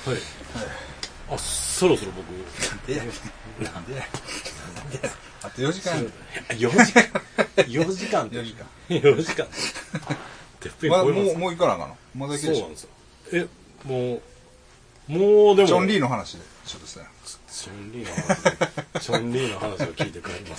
あ、そろそろ僕。 なんであと4時間。 4時間。4時間。てっぺん超えます。 もう行かなあかんのまだ行ける。 そうなんですよ。もうでも。 チョンリーの話で、ちょっとですね。 チョンリーの話を聞いて帰ります。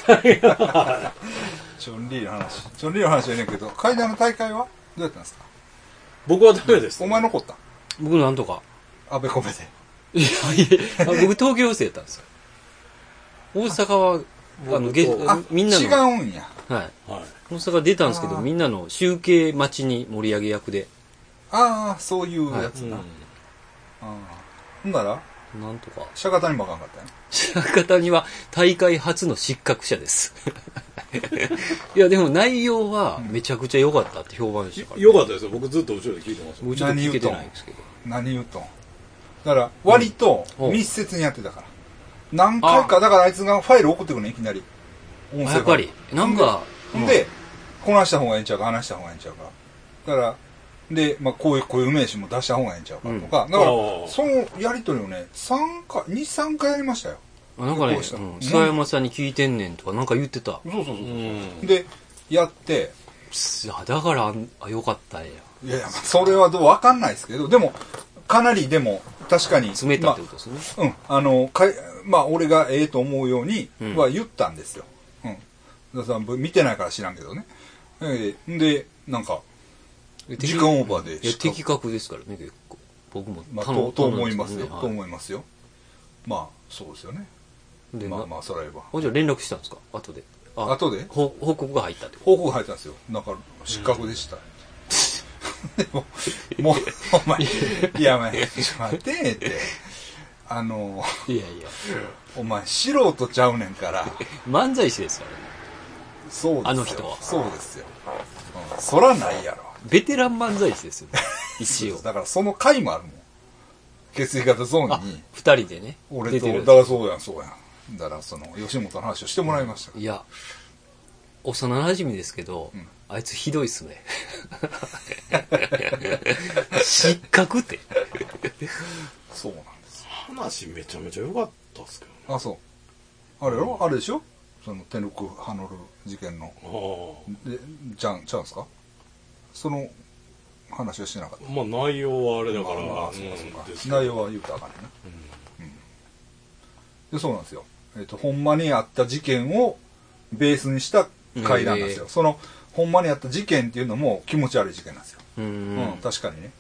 チョンリーの話はねんけど、階段の大会はどうやったんですか？ 僕はダメです。 お前残った？ 僕なんとか。 あべこべで。 いや、僕東京生やったんですよ。大阪は、みんなの。 違うんや。 はい。大阪出たんですけど、みんなの集計待ちに盛り上げ役で。 ああ、そういうやつな。ほんならなんとか。 釈迦谷もあかんかったよ。 釈迦谷は大会初の失格者です。いや、でも内容はめちゃくちゃ良かったって評判でしたから、 良かったですよ。僕ずっと後ろで聞いてます。 僕ちょっと聞けてないんですけど。 何言うとん。だから、割と密接にやってたから。何回か、だからあいつがファイル送ってくるのいきなり。 音声やっぱり。なんか。 で、こなした方がええんちゃうか、話した方がええんちゃうか。だから、で、まあ、こういう名詞も出した方がええんちゃうかとか。だから、そのやりとりをね、2、3回やりましたよ。 なんかね、諏訪山さんに聞いてんねんとかなんか言ってた。 そう。で、やって、 だから、よかったんや。 いやいや、それはわかんないですけど、でも、かなりでも、確かに。 詰めたってことですね。 まあ、俺がええと思うようには言ったんですよ。だから見てないから知らんけどね。で、なんか、時間オーバーで。 いや、的確ですからね、結構。僕も。 と思いますよ。と思いますよ。まあ、そうですよね。まあ、それは。 じゃあ連絡したんですか後で。 後で報告が入ったって報告が入ったんですよ。なんか、失格でした。でも、もう、お前、いや、お前、ちょっと待ってって。 いやいや。 お前、素人ちゃうねんから。 漫才師ですからね。 そうですよ。 あの人は。 そうですよ。そらないやろ。 ベテラン漫才師ですよね。一応。 だからその回もあるもん。血液型ゾーンに。 二人でね。 俺と、だからそうやん。だから吉本の話をしてもらいました。 いや、幼馴染ですけど、あいつひどいっすね。失格って。 そうなんです。 話めちゃめちゃ良かったっすけどね。あ、そう。あれよあれでしょ手抜くハノル事件の。で、ちゃうんすかその話はしてなかった。 まあ内容はあれだから。 内容は言うたらあかんねんな。で、そうなんですよ。ほんまにあった事件をベースにした回なんですよ。ほんまにあった事件っていうのも気持ち悪い事件なんですよ。確かにね。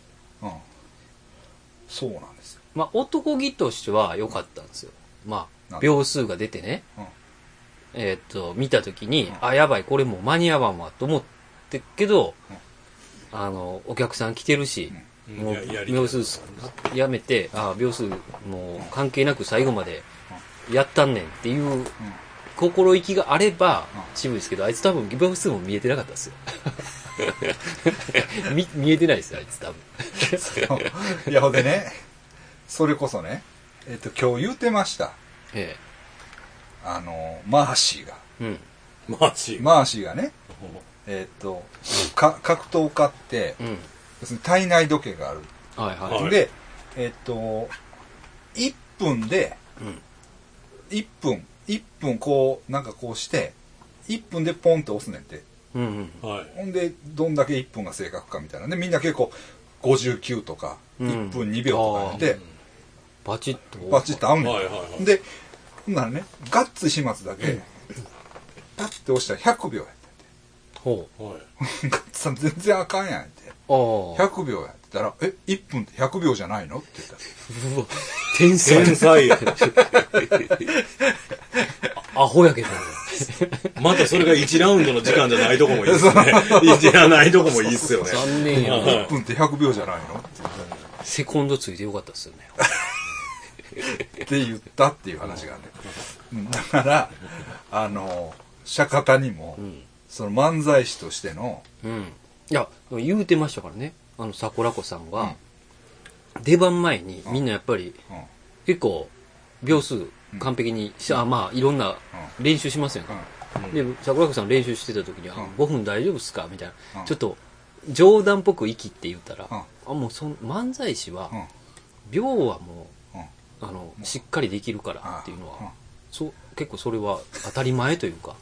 そうなんですよ。 まあ、男気としては良かったんですよ。まあ、秒数が出てね。見たときに、やばい、これもう間に合わんわと思ってけど、お客さん来てるし、もう秒数やめて、秒数もう関係なく最後までやったんねんっていう心意気があれば渋いですけど、あいつ多分秒数も見えてなかったですよ。見えてないですよ、あいつ多分。 いや、ほんでね、それこそね、今日言うてました。マーシーが。 マーシーがね、格闘家って、要するに体内時計がある。で、1分で、1分こう、なんかこうして、1分でポンって押すねんて。ほんで、どんだけ1分が正確かみたいな。で、みんな結構、59とか、1分2秒とかやって、 バチッと合うねん。で、ほんならね、ガッツ始末だけ、パッて押したら100秒やってんて。ガッツさん全然あかんやんって。100秒やってたら、1分って100秒じゃないのって言ったら。 うわ、天才や。アホやけどね。 またそれが1ラウンドの時間じゃないとこもいいですね。1じゃないとこもいいっすよね。 残念やな。 1分って100秒じゃないのってセコンドついてよかったっすよね。 って言ったっていう話がね。だから、釈迦谷も、その漫才師としての、 いや、言うてましたからね。桜子さんが、出番前にみんなやっぱり、結構、秒数完璧にまあ、いろんな練習しますよね。で、桜子さん練習してた時には、5分大丈夫っすかみたいな。ちょっと、冗談っぽく息って言ったら、もう漫才師は、 秒はもう、しっかりできるからっていうのは、結構それは当たり前というか。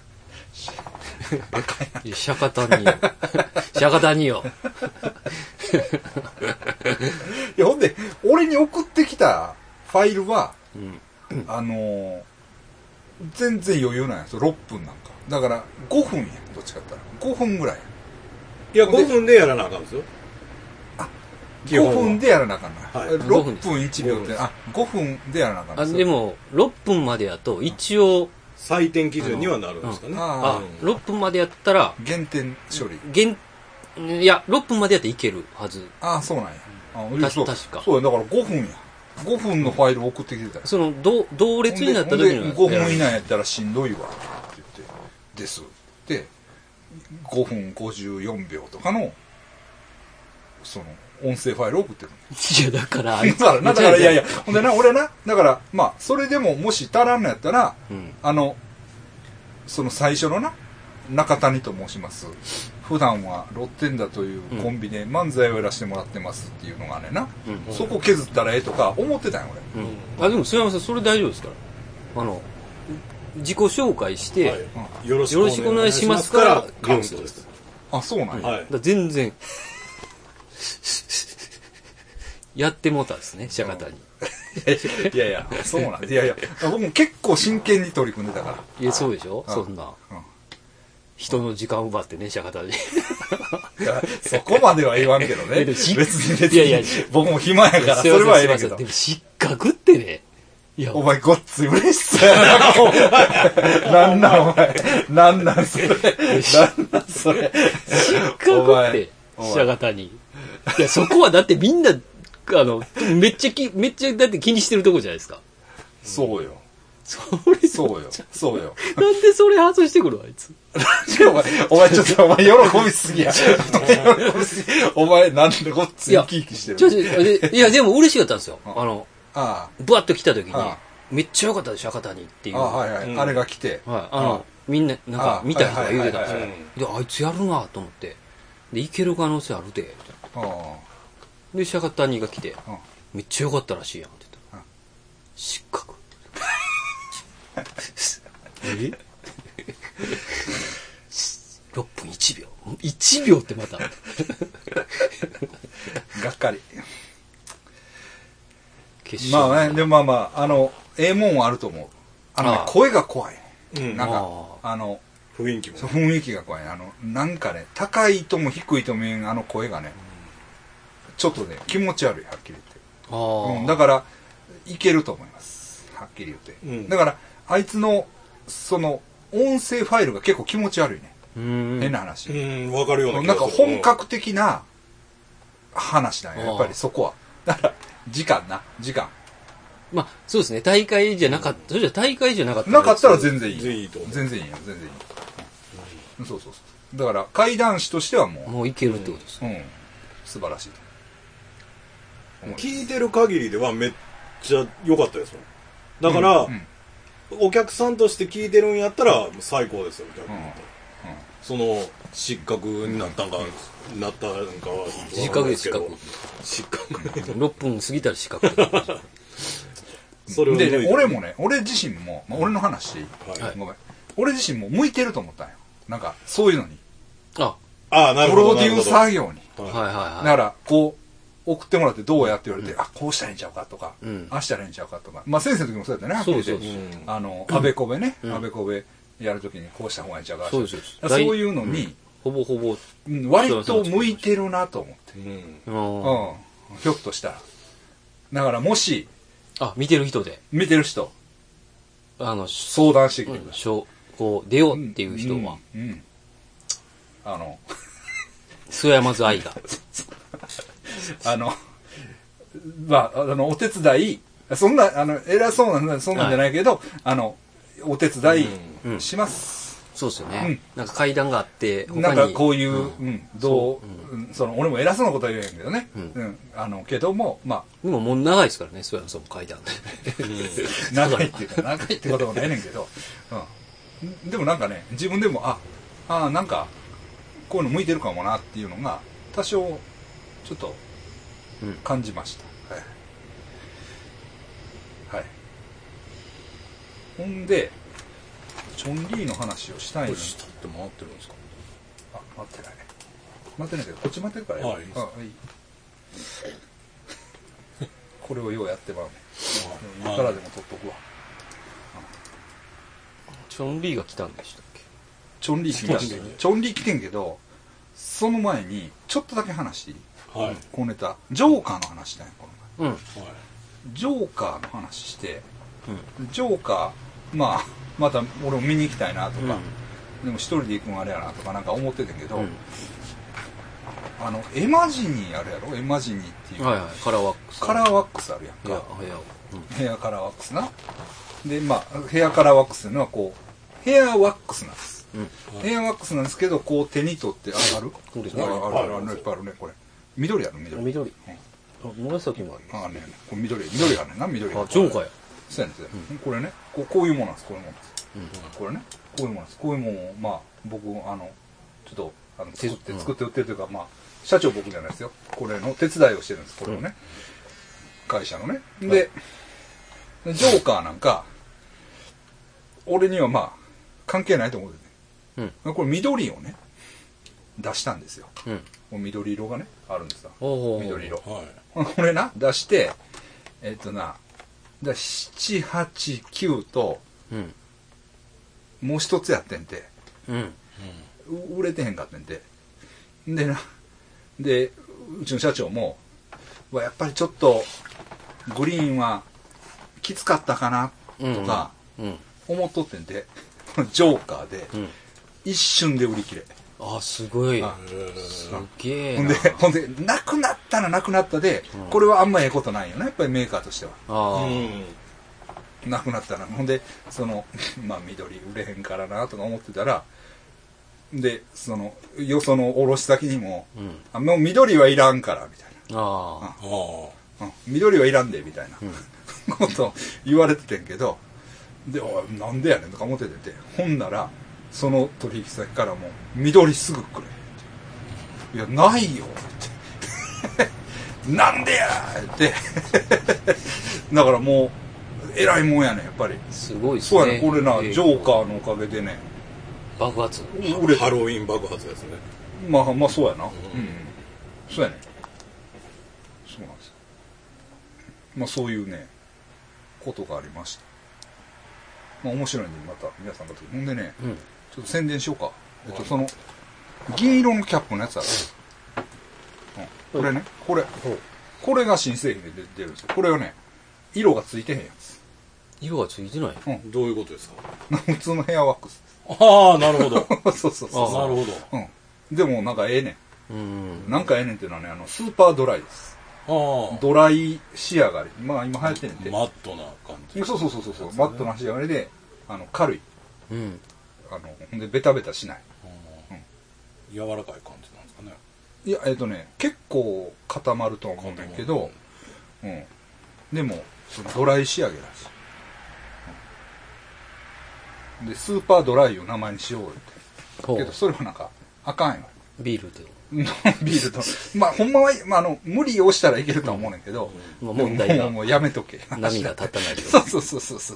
釈迦谷よ。釈迦谷よ。 いや、ほんで、俺に送ってきたファイルは、全然余裕なんや。6分なんか。だから、5分や。どっちかって言ったら。5分ぐらいや。 いや、5分でやらなあかんですよ。 5分でやらなあかんな。 はい、 6分1秒って、5分でやらなあかんな。 でも、6分までやと、一応、 採点基準にはなるんですかね。 6分までやったら、 減点処理。 いや、6分までやったらいけるはず。 そうなんや。 確か。 そうや、だから5分や。5分のファイル送ってきてたよ。 その、同列になった時には。 5分以内やったらしんどいわ。って言って、です。で、5分54秒とかの、その、音声ファイルを送ってる。 いや、だから、 だから、いやいや、ほんでな、俺な、だから、まあ、それでももし足らんのやったら、その最初のな、中谷と申します。普段はロッテンダというコンビで漫才をやらせてもらってますっていうのがねな、そこ削ったらええとか思ってたんよ俺。でも須山さんそれ大丈夫ですから。自己紹介して、よろしくお願いしますからカウントです。 そうなんや。 全然やってもうたんですね、釈迦谷。 いやいや、そうなんです。いやいや、僕も結構真剣に取り組んでたから。 いや、そうでしょ、そんな。人の時間奪ってね、釈迦谷。 そこまでは言わんけどね。別に。いやいや、僕も暇やから、それはええけど。 でも失格ってね。 いや、お前ごっつい嬉しそうやな、お前。なんなんお前。なんなんそれ。なんなんそれ。 失格って、釈迦谷。いや、そこはだってみんな、めっちゃだって気にしてるとこじゃないですか。 そうよ。 そうよ。 なんでそれ外してくるあいつ。 お前ちょっと、喜びすぎや。お前なんでごっつい生き生きしてるいや、でも嬉しかったんですよ。ブワッと来た時に、めっちゃ良かったでしょ、釈迦谷っていう。 あれが来て。 みんな、なんか見た人が言うてたんですよ。で、あいつやるなと思って。で、いける可能性あるで、みたいな。で、釈迦谷が来て、めっちゃ良かったらしいやんって言ったら、失格。6分1秒。1秒ってまた。 がっかり。まあね、でもまあ、ええもんはあると思う。声が怖い。なんか、 雰囲気も。 雰囲気が怖い。なんかね、高いとも低いとも言えん声がね、ちょっとね、気持ち悪い、はっきり言って。だから、いけると思います。はっきり言って。だから、あいつの、その、音声ファイルが結構気持ち悪いね。変な話。 わかるような気がする。なんか本格的な話なんや、やっぱりそこは。だから、時間。 まあ、そうですね。大会じゃなかった。それじゃ大会じゃなかった。 なかったら全然いい。全然いいよ、全然いい。そう。だから、怪談師としてはもういけるってことです。 素晴らしい。 聞いてる限りではめっちゃ良かったですよ。だから、お客さんとして聞いてるんやったら最高ですよ、逆に言ったら。その、失格になったんか、なったんかは失格です、 失格。 6分過ぎたら失格。 で、俺もね、俺自身も、俺の話、ごめん。俺自身も向いてると思ったんよ。なんか、そういうのに。 なるほど。 プロデューサー業に。 だから、こう、送ってもらってどうやって言われて、こうしたらいいんちゃうかとか、ああしたらいいんちゃうかとか。まあ先生の時もそうやったね、はっきり言って。あべこべね、あべこべやるときにこうした方がいいんちゃうか。そういうのに、 ほぼほぼ、 割と向いてるなと思って。ひょっとしたら。だからもし、 見てる人で。 見てる人。相談してきてください。 こう、出ようっていう人は。須山津愛が。 まあ、お手伝い、そんな、偉そうな、そんなんじゃないけど、お手伝いします。 そうですよね。なんか階段があって、 なんかこういう、俺も偉そうなことは言えへんけどね。けども、まあ。 でももう長いですからね、そうやその階段。 長いっていうか、長いってこともないねんけど。でもなんかね、自分でも、なんか、こういうの向いてるかもなっていうのが、多少、ちょっと、感じました。 ほんでチョンリーの話をしたいのに。 下って回ってるんですか？ あ、待ってないね。待ってないけど、こっち待ってるからよ。 はい、いいです。 これをようやってまうね。今からでも取っとくわ。 チョンリーが来たんでしたっけ？ チョンリー来た。チョンリー来てんけど、その前に、ちょっとだけ話していい？ はい。 このネタ。ジョーカーの話したんや、この前。 うん。 はい。 ジョーカーの話して、ジョーカー、まあ、また俺も見に行きたいなとか、でも一人で行くのあれやなとかなんか思ってたけど、エマジニーあるやろ？エマジニーっていう。 はいはい、カラーワックス。 カラーワックスあるやんか。ヘアカラーワックスな。で、まあ、ヘアカラーワックスっていうのはこう、ヘアワックスなんです。ヘアワックスなんですけど、こう手に取って上がる。 そうですね。 ある、いっぱいあるね、これ。緑やろ、緑。 緑。紫もあります。 あ、ね、これ緑あるねんな、緑。 あ、ジョーカーや。 そうやねん。これね、こういうものなんです、こういうものなんです。これね、こういうものなんです。こういうものを、まあ、僕、ちょっと、作って売ってるというか、まあ、社長僕じゃないですよ。これの手伝いをしてるんです、これをね。会社のね。で、ジョーカーなんか、俺にはまあ、関係ないと思ってて。これ緑をね、出したんですよ。緑色がね、あるんですよ。緑色。これな、出して、7、8、9と、もう一つやってんて。売れてへんかってんて。でな、で、うちの社長も、やっぱりちょっと、グリーンはきつかったかな、とか、思っとってんで、ジョーカーで、一瞬で売り切れ。 あ、すごい。すげえな。 ほんで、なくなったらなくなったで、これはあんまええことないよね、やっぱりメーカーとしては。なくなったら。ほんで、まあ緑売れへんからな、とか思ってたら、で、よその卸先にも、もう緑はいらんから、みたいな。緑はいらんで、みたいなこと言われててんけど、で、なんでやねんとか思ってて、ほんなら、その取引先からも、緑すぐくれ。いや、ないよ、って。なんでやって。だからもう、偉いもんやねん、やっぱり。 すごいっすね。そうやね、これな、ジョーカーのおかげでね。 爆発。 ハロウィン爆発ですね。 まあ、そうやな。そうやね。そうなんですよ。まあ、そういうね、ことがありました。まあ、面白いんで、また皆さんが。ほんでね、ちょっと宣伝しようか。銀色のキャップのやつある。これね、これが新製品で出るんですよ。これはね、色がついてへんやつ。 色がついてない？ どういうことですか？ 普通のヘアワックス。 ああ、なるほど。 そう。 なるほど。 でもなんかええねん。なんかええねんっていうのはね、スーパードライです。ドライ仕上がり。まあ今流行ってんねんて。 マットな感じ。 そう。マットな仕上がりで、軽い。ほんでベタベタしない。 柔らかい感じなんですかね。 いや、結構固まると思うんだけど、でも、ドライ仕上げなんですよ。で、スーパードライを名前にしようよって。けど、それはなんか、あかんよ。 ビールで。 ビールと。まあ、ほんまは、無理をしたらいけるとは思うねんけど、もうやめとけ。 波が立たないそう。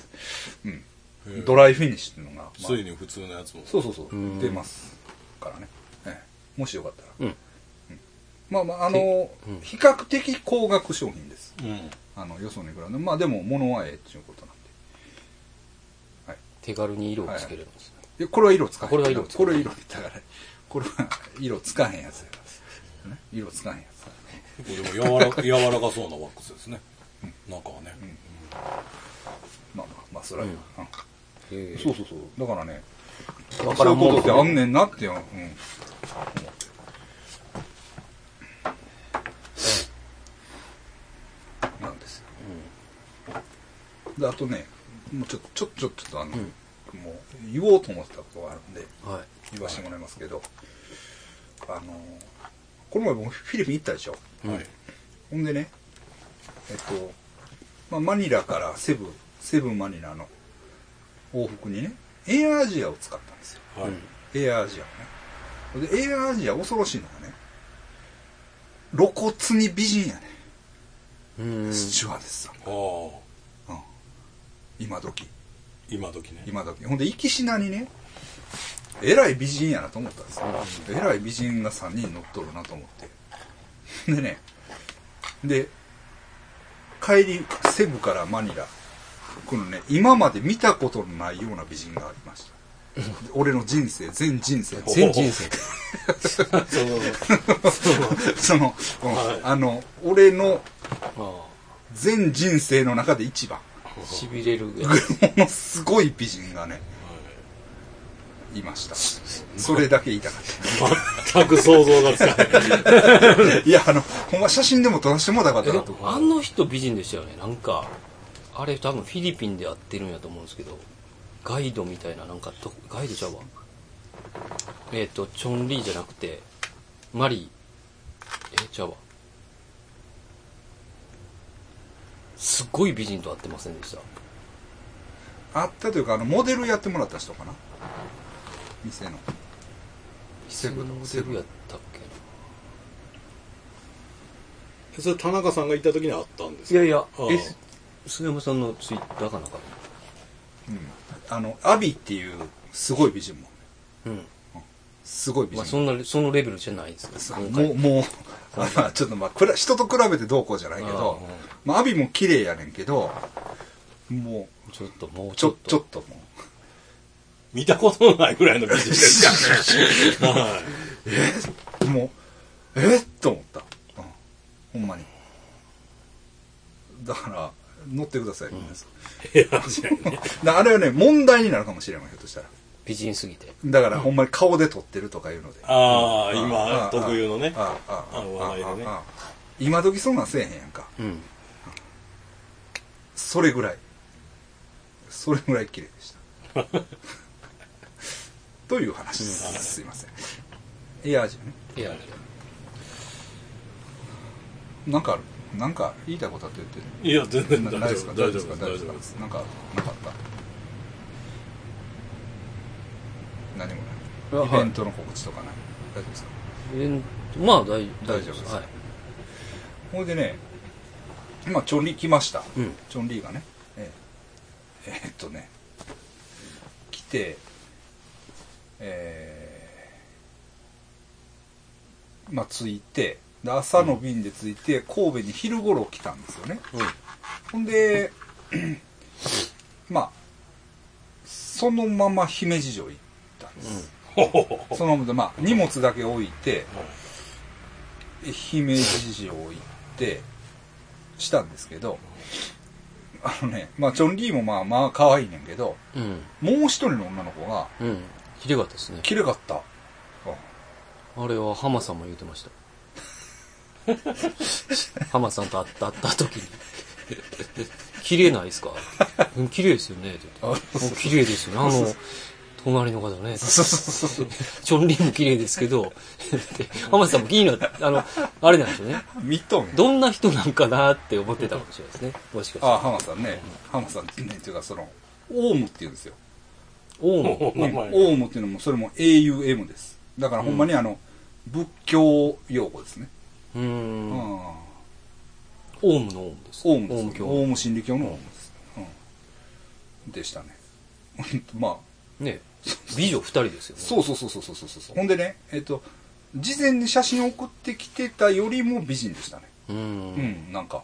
ドライフィニッシュっていうのが。 ついに普通のやつも。 そう。出ますからね。もしよかったら。まあ、比較的高額商品です。よそに比べて。まあ、でも、物はええっていうことなんで。 手軽に色をつけれるんですね。これは色使えへん。 これは色だから、これは色使えへんやつやから。色使えへんやつ。 でも柔らかそうなワックスですね。中はね。 まあ、それは。そう。だからね、 わからんそういうことってあんねんなって思って。なんですよ。で、あとね、もうちょっともう言おうと思ってたことがあるんで、言わせてもらいますけど、この前僕フィリピン行ったでしょ。ほんでね、マニラからセブンマニラの往復にね、エアアジアを使ったんですよ。エアアジアをね。で、エアアジア恐ろしいのがね、露骨に美人やね。スチュワーデスさんが。今時。 今時ね。 今時。ほんで、行きしなにね、えらい美人やなと思ったんですよ。えらい美人が3人乗っとるなと思って。でね、で、帰り、セブからマニラ、このね、今まで見たことのないような美人がありました。俺の人生、全人生。 全人生。 俺の全人生の中で一番。 痺れる。ものすごい美人がね、いました。それだけ言いたかった。 全く想像がつかない。 いや、ほんま写真でも撮らせてもらったかったなと。 あの人美人でしたよね。なんか、あれ多分フィリピンでやってるんやと思うんですけど、ガイドみたいな、なんかガイドちゃうわ。チョンリーじゃなくて、マリー、ちゃうわ。すっごい美人と会ってませんでした。 あったというか、モデルやってもらった人かな。店の。 セブのモデルやったっけな。 それ田中さんが行った時にあったんですか？ いや、菅山さんのツイッターかなんか。 アビっていう、すごい美人も。すごい美人。 そのレベルじゃないですか。 もう、ちょっと人と比べてどうこうじゃないけど、アビも綺麗やねんけど、もう、ちょっともう。 見たことのないぐらいの美人ですからね。 もう、と思った。ほんまに。だから、乗ってください、皆さん。あれはね、問題になるかもしれない、ひょっとしたら。 美人すぎて。 だから、ほんまに顔で撮ってるとかいうので。 今、特有のね。話題でね。 今時そんなんせえへんやんか。それぐらい綺麗でした。という話です。すいません。エアージュね。エアージュ。なんか言いたいことあって言ってる。いや、全然大丈夫。 大丈夫です。なんかなかった。何もない。イベントの告知とかない。大丈夫ですか？ まあ大丈夫です。はい。 ほいでね、今チョンリー来ました。チョンリーがね、来て、着いて、朝の便で着いて、神戸に昼頃来たんですよね。ほんで、そのまま姫路城行ったんです。そのままで、荷物だけ置いて、姫路城行って、したんですけど、チョンリーも可愛いねんけど、もう一人の女の子が、 綺麗かったですね。 綺麗かった。 あれは浜さんも言うてました。浜さんと会った時に綺麗ないですか？綺麗ですよねって言って。綺麗ですよね。隣の方ね。チョンリーも綺麗ですけど、浜田さんも気になって、あれなんですよね。どんな人なんかなって思ってたかもしれないですね。もしかして。 浜さんね。浜さんってね、っていうかオウムって言うんですよ。 オウムオウムっていうのも、それも AUM です。だからほんまに仏教用語ですね。 オウムのオウムです。 オウム真理教のオウムです。でしたね。 ね、美女2人ですよね。 そう。ほんでね、事前に写真送ってきてたよりも美人でしたね。なんか。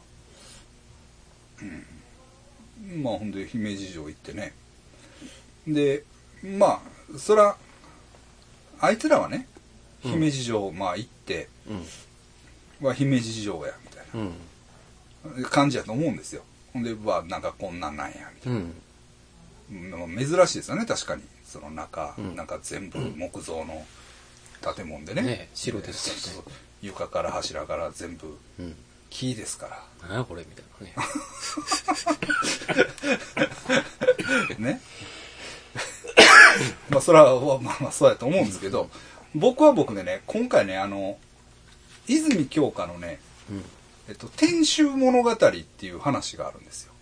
ほんで、姫路城行ってね。で、そら、あいつらはね、姫路城、行って、姫路城や、みたいな感じやと思うんですよ。ほんで、なんかこんなんなんや、みたいな。珍しいですよね、確かに。その中、なんか全部木造の建物でね。 白ですね。 床から柱から全部木ですから。 何やこれみたいなね。ね。それは、そうやと思うんですけど、僕でね、今回ね、泉鏡花のね、天守物語っていう話があるんですよ。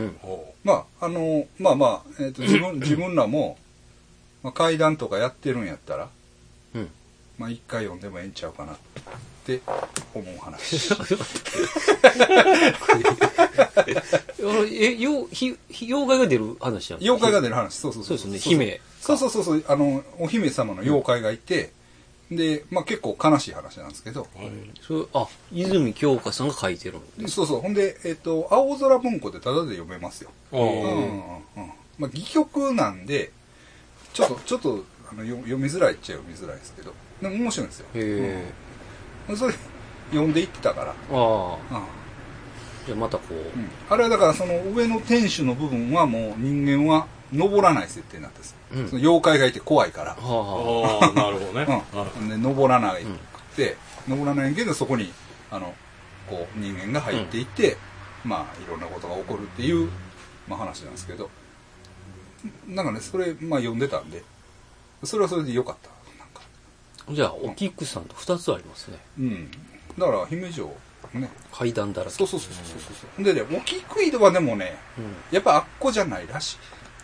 自分らも、怪談とかやってるんやったら、一回読んでもええんちゃうかなって思う話。 妖怪が出る話じゃん。 妖怪が出る話、そうそうそうですね、姫。 そう、お姫様の妖怪がいて、で、まあ結構悲しい話なんですけど。 泉鏡花さんが書いてるんです。 そう。ほんで、青空文庫でタダで読めますよ。まあ戯曲なんで、ちょっと読みづらいっちゃ読みづらいですけど、でも面白いんですよ。それ、読んでいってたから。 じゃあまたこう、 あれはだからその上の天守の部分はもう人間は登らない設定になってるんです、その妖怪がいて怖いから。 なるほどね。 で登らないって登らないけどそこにこう人間が入っていって、まあいろんなことが起こるっていう、まあ、話なんですけど、なんかねそれまあ読んでたんでそれはそれで良かった。なんかじゃあお菊さんと2つありますね。 だから姫路ね、 階段だらけ。 そう。でね、お菊井戸はでもね、やっぱあっこじゃないらしい。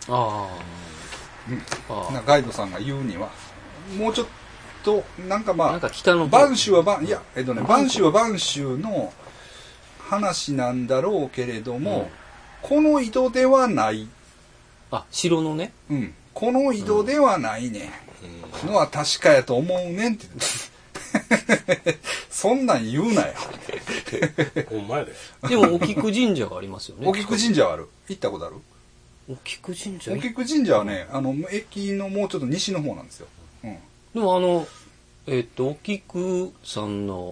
ガイドさんが言うには、もうちょっと、なんかまあ、 なんか北の播州は播州の話なんだろうけれども、この井戸ではない。 城のね。 この井戸ではないね。のは確かやと思うねんって言って。そんなん言うなよ。 ほんまやで。 でも、お菊神社がありますよね。 お菊神社はある。行ったことある？ お菊神社？ お菊神社はね、駅のもうちょっと西の方なんですよ。 でもお菊さんの、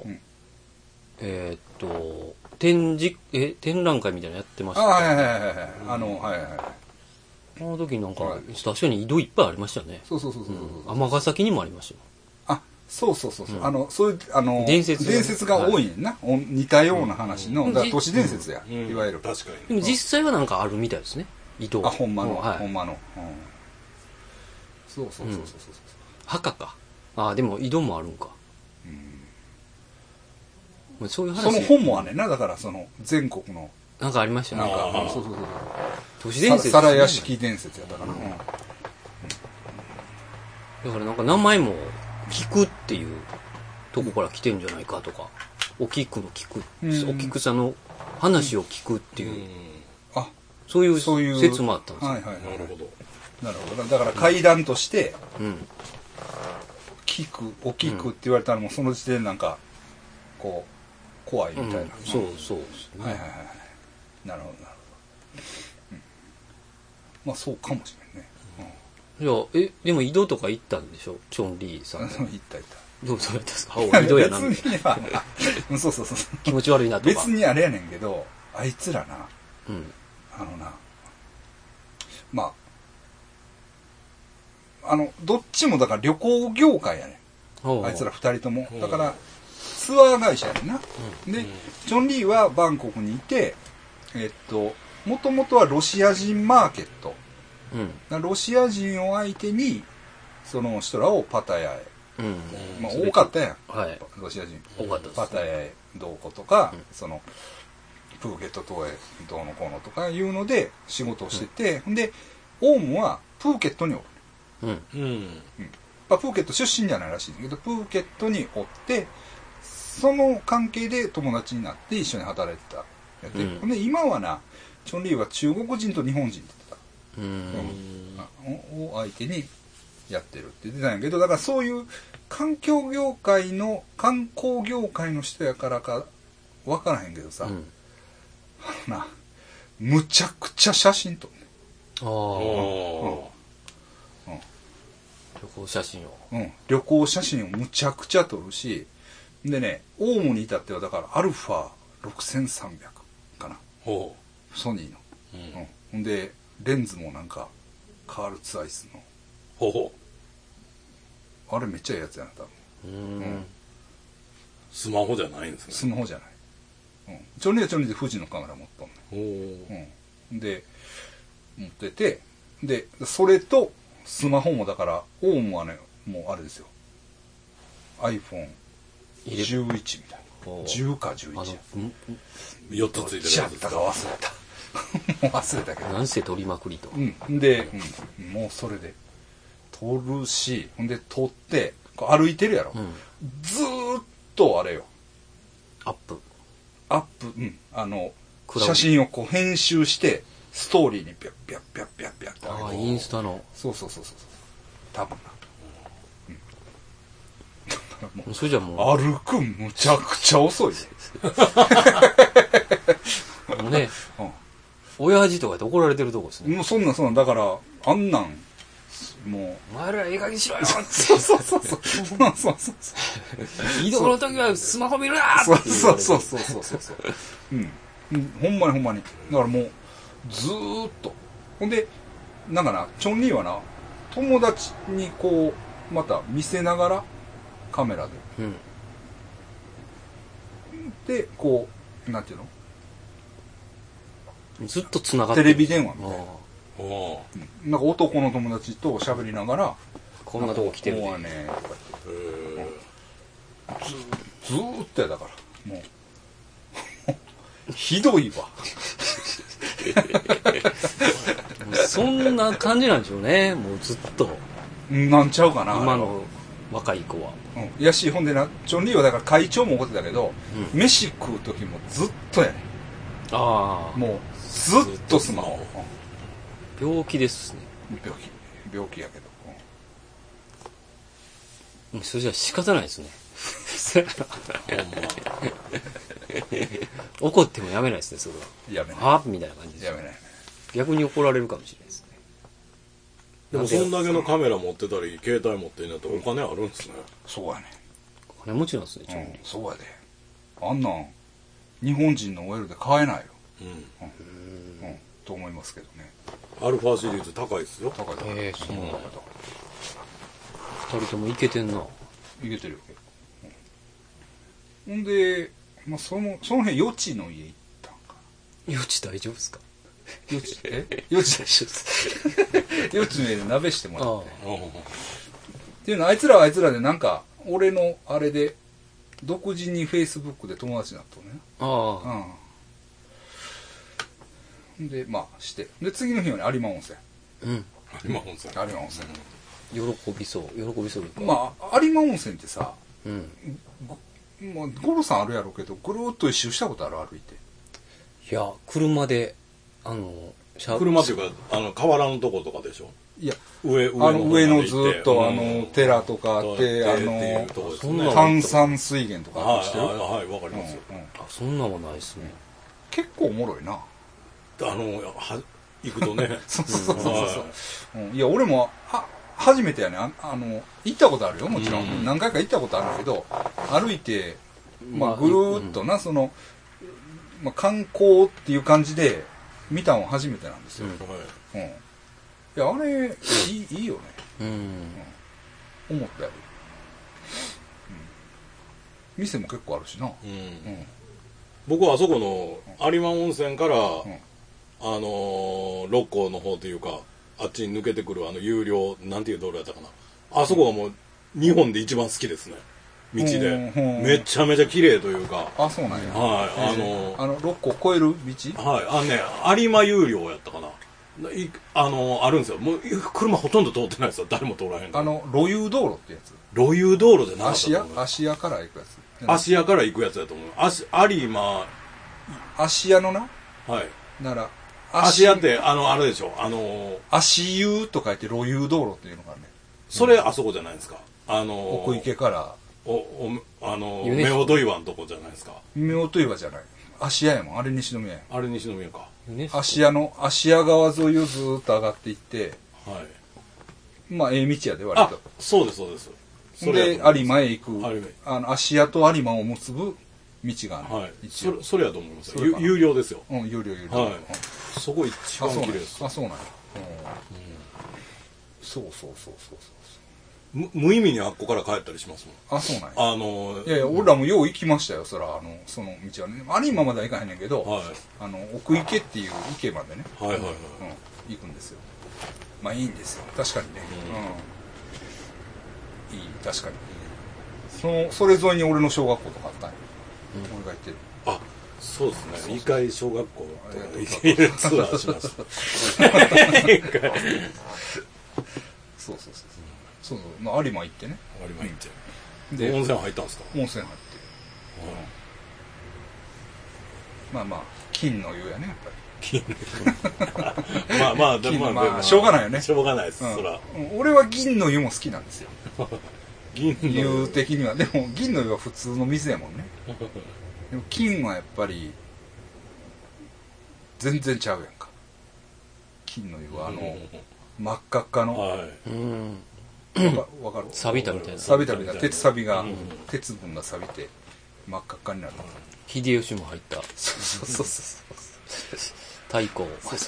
展覧会みたいなのやってましたね。あの時なんか、確かに井戸いっぱいありましたね。 そう。 尼崎にもありましたよ。 そう。そういう伝説が多いねんな。似たような話の都市伝説や、いわゆる。 確かに。 でも実際はなんかあるみたいですね。井戸。 ほんまの。そう。 墓か。でも井戸もあるんか。そういう話。 その本もあんねんな。だからその全国の。 なんかありましたね。 そう。 都市伝説。 皿屋敷伝説やったかな。 だからなんか名前も聞くっていうとこから来てんじゃないかとか、お菊の聞く、お菊さんの話を聞くっていう、そういう説もあったんですよ。 なるほど。だから階段として、お菊って言われたらもうその時点でなんか、こう、怖いみたいな。 そうですね。 なるほど。まあそうかもしれんね。 じゃあ、でも井戸とか行ったんでしょチョンリーさん。 行った。 どうやったんですか井戸やな。 別には、そう。 気持ち悪いなとか。 別にあれやねんけど、あいつらな、まあ、どっちもだから旅行業界やねん。あいつら二人とも。だから、ツアー会社やねんな。で、チョンリーはバンコクにいて、もともとはロシア人マーケット。ロシア人を相手にその人らをパタヤへ、まあ多かったやん、ロシア人多かったです。 パタヤへどうことか、そのプーケット島へどうのこうのとかいうので仕事をしてて、でオウムはプーケットにおる、プーケット出身じゃないらしいんだけどプーケットにおって、その関係で友達になって一緒に働いてたやって、で今はなチョンリーは中国人と日本人ってを相手にやってるって言ってたんやけど、だからそういう観光業界の人やからか分からへんけどさ、むちゃくちゃ写真撮るね。旅行写真を。 旅行写真をむちゃくちゃ撮るし、でね、オウムに至ってはだからアルファ6300かな。ソニーの。ほんで、レンズもなんかカールツアイスのあれめっちゃいいやつやな多分。 スマホじゃないんですね。 スマホじゃない。チョンリーはチョンリーで富士のカメラ持っとんねん。で持ってて、でそれとスマホもだからオウムはねもうあれですよ iPhone11 みたいな。10か11や。 4つついてるやつ。 どっちやったか忘れた。もう忘れたけど。 なんせ撮りまくりと。 で、もうそれで撮るし、ほんで撮って歩いてるやろ。ずーっとあれよ。 アップ。 写真をこう編集して、ストーリーにピャッピャッピャッピャッピャッってああ、インスタの。 そう。多分な。 もうそれじゃもう。歩くむちゃくちゃ遅い。 もうね、親父とかで怒られてるとこですね。 もうそんなん、だから、あんなん、もう。 お前らええ加減にしろよそう。 移動の時はスマホ見るなそう。ほんまに。だからもう、ずーっと。ほんで、なんかな、チョンリーはな、友達にこう、また見せながら、カメラで。で、こう、なんていうのずっと繋がってる。 テレビ電話みたいな。なんか男の友達と喋りながら、 こんなとこ来てるね。ずーっとやだから。もう、ひどいわ。 そんな感じなんでしょうね。もうずっと。 なんちゃうかな。 今の若い子は。 やし、ほんでな、チョンリーはだから会長も怒ってたけど、飯食う時もずっとやね。 ああ。 もう、ずっとスマホ。 病気ですね。 病気やけど。 それじゃ仕方ないですね。怒ってもやめないですね、それは。 やめない。 はみたいな感じです。 やめない。 逆に怒られるかもしれないですね。 でもそんだけのカメラ持ってたり、携帯持ってんやったらお金あるんですね。 そうやね。 お金持ちなんですね、 そうやで。あんなん、日本人の OL で買えないよ。と思いますけどね。 アルファシリーズ高いですよ。 高い。 そうなんだ。二人ともイケてんな。 いけてるよ。ほんで、まあ、その辺、余地の家行ったんかな。余地大丈夫ですか？ 余地大丈夫です。余地の家で鍋してもらって。っていうのは、あいつらはあいつらでなんか、俺のあれで、独自に Facebook で友達になったのね。で、まあ、して。で、次の日はね、有馬温泉。 有馬温泉。 喜びそうか。 まあ、有馬温泉ってさ、まあ、ゴロさんあるやろうけど、ぐるーっと一周したことある？歩いて。 いや、車で、 車っていうか、河原のとことかでしょ？ いや、 上のずっと、寺とかあって、炭酸水源とかあってしてる？ はい、わかりますよ。 そんなもんないですね。 結構おもろいな。 行くとね。 そう。いや、俺も、初めてやね。行ったことあるよ、もちろん。何回か行ったことあるけど、歩いて、まあ、ぐるーっとな、まあ、観光っていう感じで見たのは初めてなんですよ。いや、あれ、いいよね。思ったより。店も結構あるしな。 僕はあそこの有馬温泉から、六甲の方というか、あっちに抜けてくる有料、なんていう道路やったかな。あそこはもう、日本で一番好きですね。道で。めちゃめちゃ綺麗というか。 あ、そうなんや。 はい。 六甲越える道？ はい。有馬有料やったかな。あるんですよ。もう、車ほとんど通ってないですよ。誰も通らへんから。 路誘道路ってやつ。 路誘道路じゃなかったと思う。 芦屋から行くやつ。 芦屋から行くやつだと思う。有馬。 芦屋のな。 はい。 なら、 芦屋って、あれでしょ。 足湯と書いて路誘道路っていうのがね。 それ、あそこじゃないですか。 奥池から。 夫婦岩のとこじゃないですか。 夫婦岩じゃない。芦屋やもん。あれ西宮や。 あれ西宮か。 芦屋川沿いをずーっと上がっていって、 はい。 まあ、道やで、割と。 そうです、そうです。 で、有馬へ行く。芦屋と有馬を結ぶ道がある。はい。 それやと思いますよ。有料ですよ。 有料。 はい。そこ一番綺麗です。 そうなんや。そう。 無意味にあっこから帰ったりしますもん。そうなんや。 いやいや、俺らもよう行きましたよ、そら、その道はね。有馬までは行かへんねんけど、奥池っていう池までね。行くんですよ。まあいいんですよ。確かにね。いい、確かに。それ沿いに俺の小学校とかあったんや。俺が行ってる。 あ、そうですね。2回小学校とか行ってるツアーします。そう。 まあ有馬行ってね。 有馬行って。で、温泉入ったんですか？ 温泉入って。まあまあ、 金の湯やね、やっぱり。 金まあまあ、でもまあ、しょうがないよね。 しょうがないです、そら。 俺は銀の湯も好きなんですよ。 銀の湯的には。でも、銀の湯は普通の水やもんね。でも、金はやっぱり、全然ちゃうやんか。金の湯は、真っ赤っかの。 はい。 わかる？ 錆びたみたいな。 錆びたみたいな。鉄錆が、鉄分が錆びて、真っ赤っかになる。 秀吉も入った。 そう。 太鼓。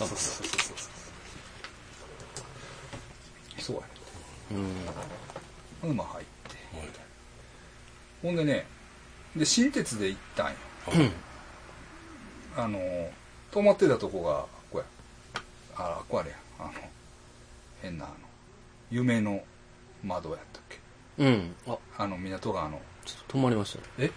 そうやね。ほんで、まあ入って。ほんでね、で、新鉄で行ったんよ。泊まってたとこが、ここや。ここあれや。変な、夢の窓やったっけ。港川の。 ちょっと止まりましたね。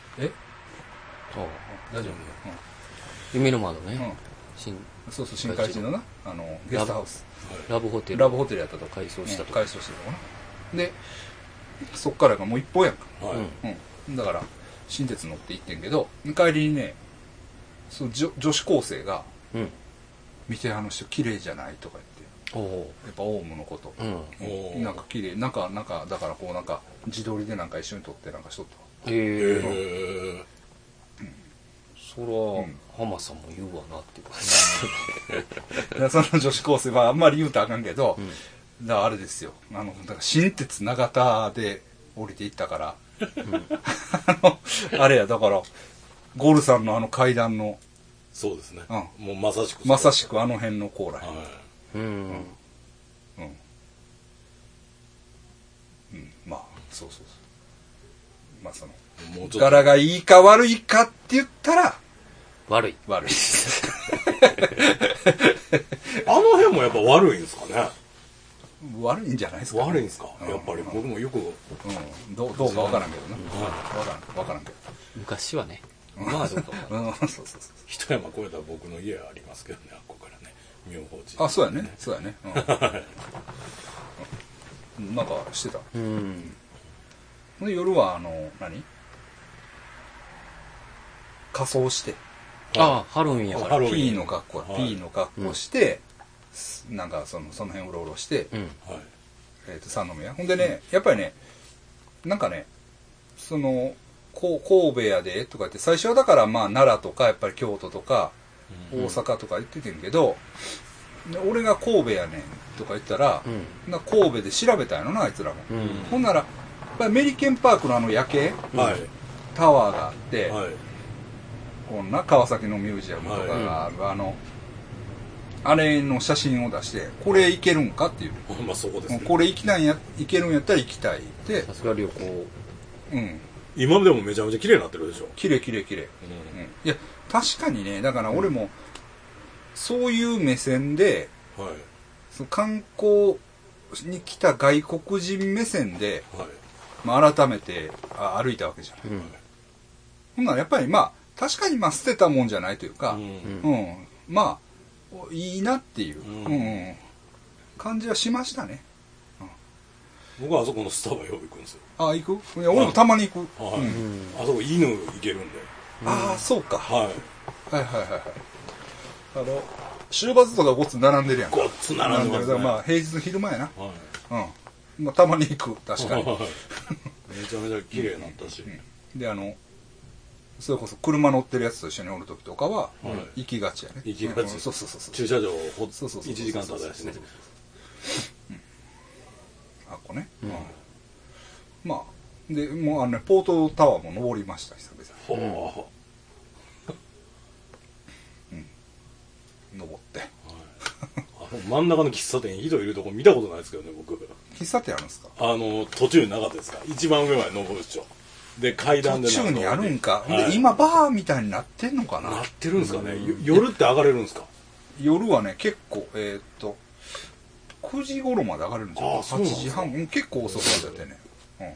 大丈夫？ 夢の窓ね。 そう、新海地のな、ゲストハウス。 ラブホテル。 ラブホテルやったとこ。 改装したとこ。 改装してたとこな。で、そっからがもう一本やんか。だから、新鉄乗って行ってんけど、帰りにね、女子高生が、見てあの人綺麗じゃないとか言って、やっぱオウムのこと。なんか綺麗、なんか、だからこうなんか、自撮りでなんか一緒に撮ってなんかしとった。 そら、浜さんも言うわなっていう感じ。その女子高生はあんまり言うとあかんけど、だからあれですよ。だから新鉄長田で降りていったから、あれや、だから、ゴールさんの階段の、 そうですね。もうまさしく。 まさしくあの辺のコーラや。まあ、そう。まあ柄がいいか悪いかって言ったら、 悪い。 あの辺もやっぱ悪いんですかね。 悪いんじゃないですか。 悪いんですか。やっぱり僕もよく。 どうかわからんけどな。わからんけど。 昔はね。まあどうか。 そう。 一山越えたら僕の家ありますけどね、ここからね。妙法寺。 あ、そうやね。なんかしてた。で夜は仮装して。 ハロウィンやから。 P の格好して、なんかその辺うろうろして、三宮。ほんでね、やっぱりね、なんかね、神戸やでとか言って、最初はだからまあ奈良とかやっぱり京都とか大阪とか言っててんけど、俺が神戸やねんとか言ったら、神戸で調べたんやろな、あいつらも。ほんなら、やっぱりメリケンパークの夜景、タワーがあって、こんな川崎のミュージアムとかがある、あれの写真を出して、これ行けるんかっていう。 まあそこですね。 これ行けるんやったら行きたいって。 さすが旅行。 今でもめちゃめちゃ綺麗になってるでしょ。 綺麗。いや、確かにね、だから俺も、そういう目線で、その観光に来た外国人目線で、まあ、改めて歩いたわけじゃない。ほんならやっぱりまあ、確かにまあ捨てたもんじゃないというか、まあ、いいなっていう、感じはしましたね。 僕はあそこのスタバよく行くんですよ。 行く？いや、俺もたまに行く。 あそこ犬行けるんで。 そうか。はい。週末とかごっつ並んでるやんか。 ごっつ並んでますね。 まあ平日の昼間やな。まあたまに行く、確かに。 めちゃめちゃ綺麗になったし。 で、それこそ車乗ってるやつと一緒におる時とかは、行きがちやね。 行きがち。 そう。 駐車場1時間ただしね。 あっこね。まあ、で、もうポートタワーも登りました、久々。登って。 真ん中の喫茶店、人いるとこ見たことないですけどね、僕。 喫茶店あるんですか？ 途中になかったですか？一番上まで登るでしょ。で、階段で途中にあるんか。で、今バーみたいになってんのかな？ なってるんですかね。夜って上がれるんですか？ 夜はね、結構、9時頃まで上がれるんじゃない？ 8 時半、結構遅くなっててね。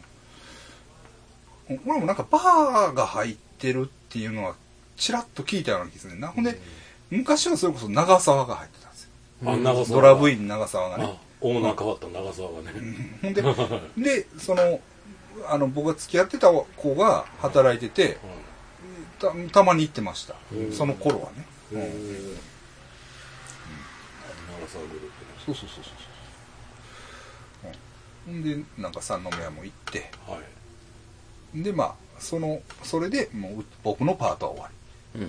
俺もなんかバーが入ってるっていうのは、ちらっと聞いたような気がするねんな。ほんで、昔はそれこそ長沢が入ってたんですよ。 長沢。 ドラブイン長沢がね。 オーナー変わった長沢がね。 ほんで、僕が付き合ってた子が働いてて、 たまに行ってました。その頃はね。長沢グループ。 そう。ほんで、なんか三宮も行って、はい。で、まあ、それでもう僕のパートは終わり。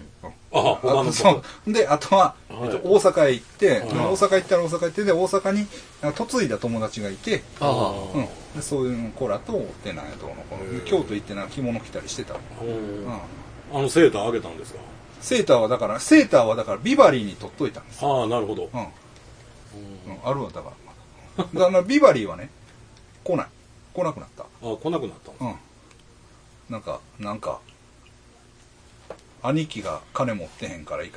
で、あとは、大阪へ行って、大阪行って、で、大阪に嫁いだ友達がいて、でそういう子らと、で、なんやとの、京都行って着物着たりしてた。 セーターあげたんですか？ セーターはだから、ビバリーに取っといたんです。 ああ、なるほど。 あるわ、だから。だからビバリーはね、来なくなった。 来なくなったんですか？ なんか、兄貴が金持ってへんからいいかい。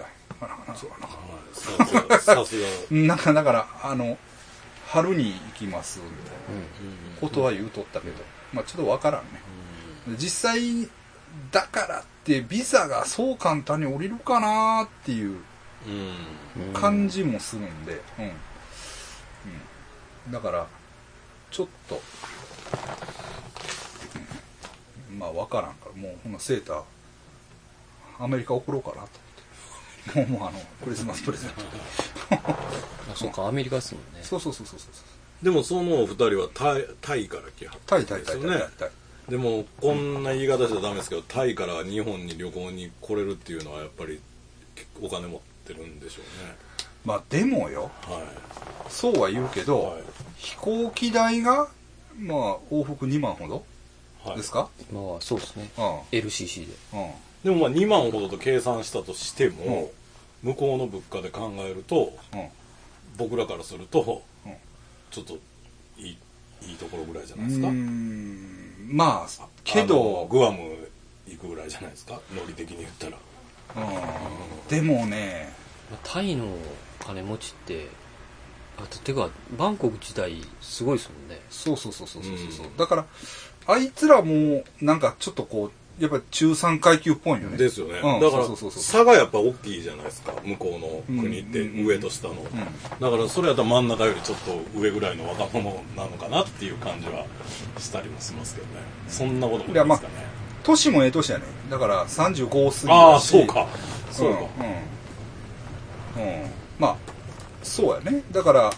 さすが。 だから、春に行きますみたいなことは言うとったけど、まあちょっとわからんね。実際、だからってビザがそう簡単に降りるかなっていう感じもするんで、だから、ちょっと、まあわからんから、もうこのセーター、アメリカ送ろうかなと思って。もうクリスマスプレゼントで。 そうか、アメリカですもんね。 そう。 でもそのお二人はタイから来はったんですよね。でもこんな言い方しちゃダメですけど、タイから日本に旅行に来れるっていうのはやっぱりお金持ってるんでしょうね。 まあでもよ、そうは言うけど、飛行機代がまあ往復2万ほどですか？ まあそうですね。LCC で。 でもまあ2万ほどと計算したとしても、向こうの物価で考えると、僕らからすると、ちょっといいところぐらいじゃないですか。 まあけどグアム行くぐらいじゃないですか、ノリ的に言ったら。 でもね、 タイの金持ちっててかバンコク自体すごいですもんね。 そう。だからあいつらもなんかちょっとこうやっぱり中産階級っぽいよね。 ですよね。だから差がやっぱ大きいじゃないですか、向こうの国って上と下の。だからそれやったら真ん中よりちょっと上ぐらいの若者なのかなっていう感じはしたりもしますけどね。そんなこともないですかね。 年も年やね。だから35過ぎだし。 ああ、そうか。 まあそうやね。だから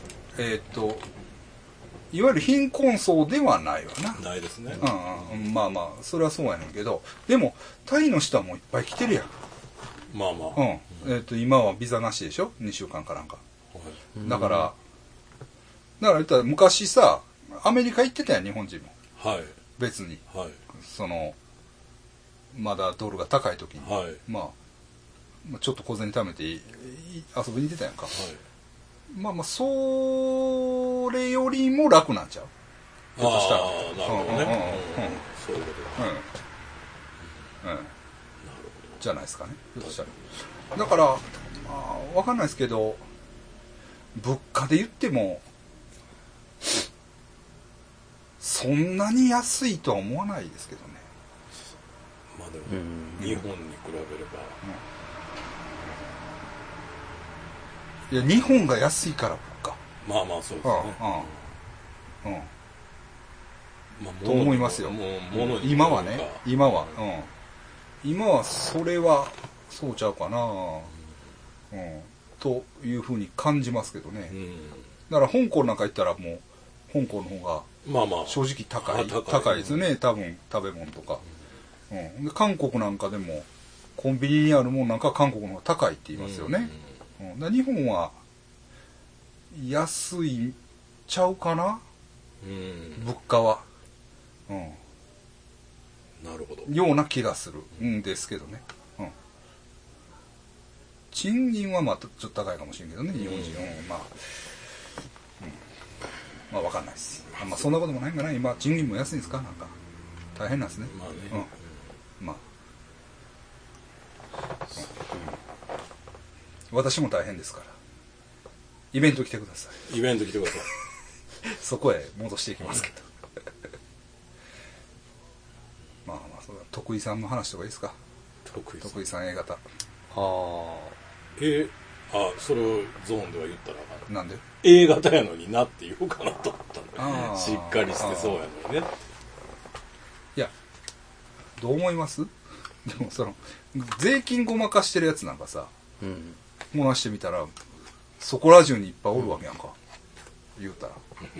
いわゆる貧困層ではないわな。 ないですね。 まあまあそれはそうやねんけど、でもタイの人はもういっぱい来てるやん。 まあまあ。 今はビザなしでしょ、2週間かなんか。だから言ったら昔さ、アメリカ行ってたやん、日本人も。別に。まだドルが高い時に、まあちょっと小銭貯めて遊びに行ってたやんか。まあそれよりも楽なんちゃう？ひょっとしたら。 なるほどね。そういうことだ。 じゃないですかね。ひょっとしたら。だからわかんないですけど、物価で言ってもそんなに安いとは思わないですけどね。 まあでも日本に比べれば。 いや、日本が安いから物価。 まあまあそうですね。 と思いますよ。今はね、今はそれはそうちゃうかな、というふうに感じますけどね。だから香港なんか行ったらもう香港の方が正直高いですよね。多分食べ物とか。で韓国なんかでもコンビニにあるもんなんか韓国の方が高いって言いますよね。日本は安いちゃうかな、物価は。 なるほど。 ような気がするんですけどね。賃金はまあちょっと高いかもしれんけどね、日本人。まあわかんないです。まあそんなこともないんかな。今賃金も安いんですか、なんか大変なんですね。私も大変ですから。イベント来てください。 イベント来てください。 そこへ戻していきますけど。まあ徳井さんの話とかいいですか。徳井さん A 型。 はあ。 それをゾーンでは言ったらなんで A 型やのになって言おうかなと思ったんで、しっかりしてそうやのにね。 いや、どう思います？ でも税金ごまかしてるやつなんかさ、もらしてみたら、そこら中にいっぱいおるわけやんか。言うたら。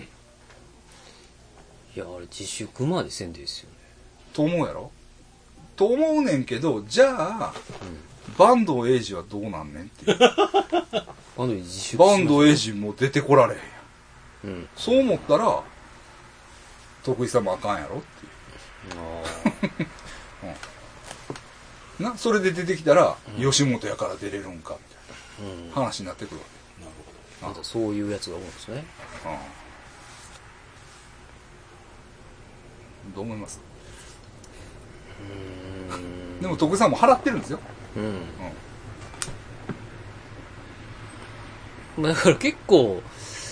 いや、あれ自粛までせんでいいですよね。 と思うやろと思うねんけど、じゃあ、坂東英二はどうなんねんっていう。 坂東英二も出てこられへんやん。そう思ったら、徳井さんもあかんやろっていう。それで出てきたら、吉本やから出れるんかみたいな話になってくるわけ。 なるほど。またそういうやつが多いんですね。 どう思います？でも徳井さんも払ってるんですよ。 だから結構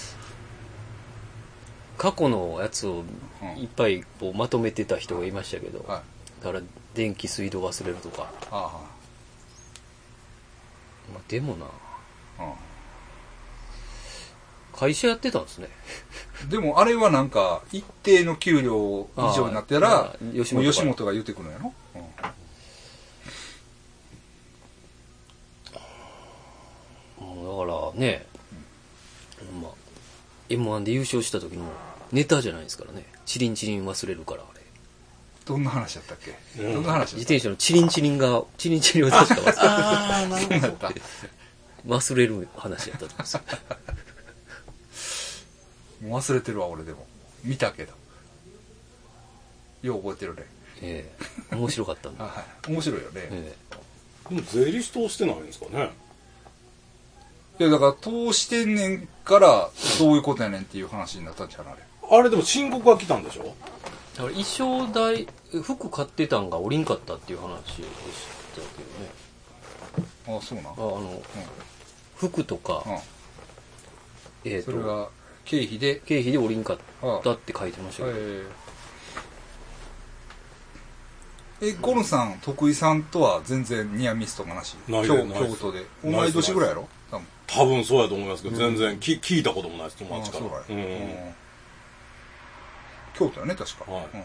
過去のやつをいっぱいこうまとめてた人がいましたけど、だから電気水道忘れるとか。でもな、会社やってたんですね。 でもあれはなんか一定の給料以上になったら吉本が言ってくるんやろ。 だからね、M1 で優勝した時のネタじゃないですからね。チリンチリン忘れるからあれ。 どんな話だったっけ？どんな話？ 自転車のチリンチリンを確か忘れる。 ああ、なるほど。 忘れる話やったと思うんですよ。もう忘れてるわ俺でも見たけど。よう覚えてるね。 面白かったんだ。 面白いよね。 でも税理士通してないんですかね。 いやだから通してんねんからどういうことやねんっていう話になったんじゃない？ あれでも申告が来たんでしょ。 だから衣装代服買ってたんがおりんかったっていう話でしたけどね。 あ、そうな。 服とか、 それが経費でおりんかったって書いてましたけど。 ゴルさん徳井さんとは全然ニアミスとかなし？京都で同い年ぐらいやろ？ 多分そうやと思いますけど、全然聞いたこともないです、友達から。 京都やね、確か。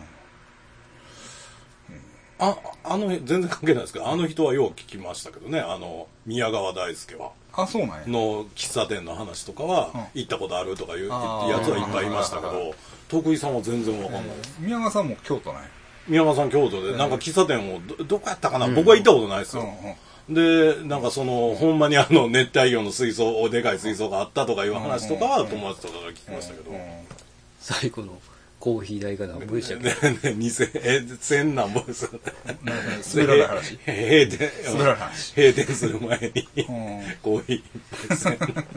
全然関係ないですけど、あの人はよう聞きましたけどね、宮川大輔は。 そうなんや。 の喫茶店の話とかは、行ったことあるとかいうやつはいっぱいいましたけど、徳井さんは全然わかんない。 宮川さんも京都なんや。 宮川さん京都で、なんか喫茶店をどこやったかな、僕は行ったことないですよ。で、なんかほんまに熱帯魚の水槽、でかい水槽があったとかいう話とかは友達とかが聞きましたけど。 最後のコーヒー代が何ぼでしたっけ ？1000何ぼですよね。 滑らない話？ 閉店する前に、コーヒー1000言葉になった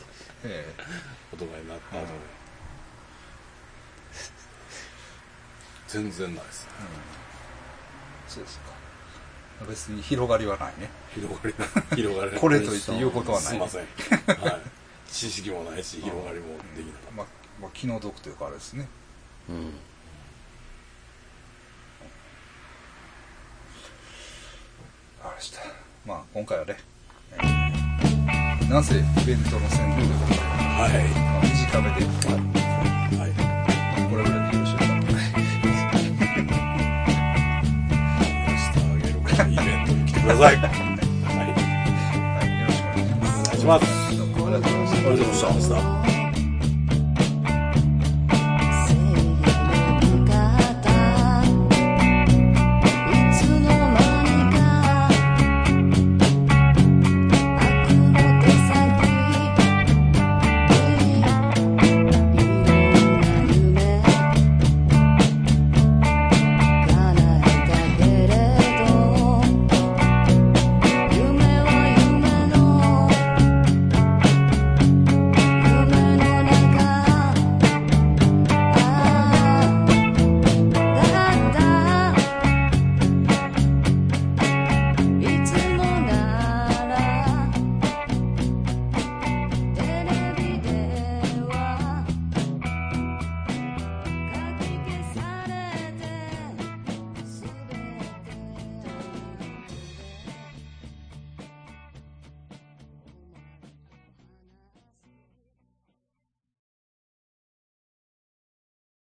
後全然ないです。 そうですか。別に広がりはないね。 広がりこれといって言うことはない。 すいません。知識もないし、広がりもできなかった。 気の毒というかあれですね。あれした。今回はね、なんせイベントの宣伝ということで、短めで、これぐらいでよろしいですか。 イベントに来てください。よろしくお願いします。 どうもありがとうございました。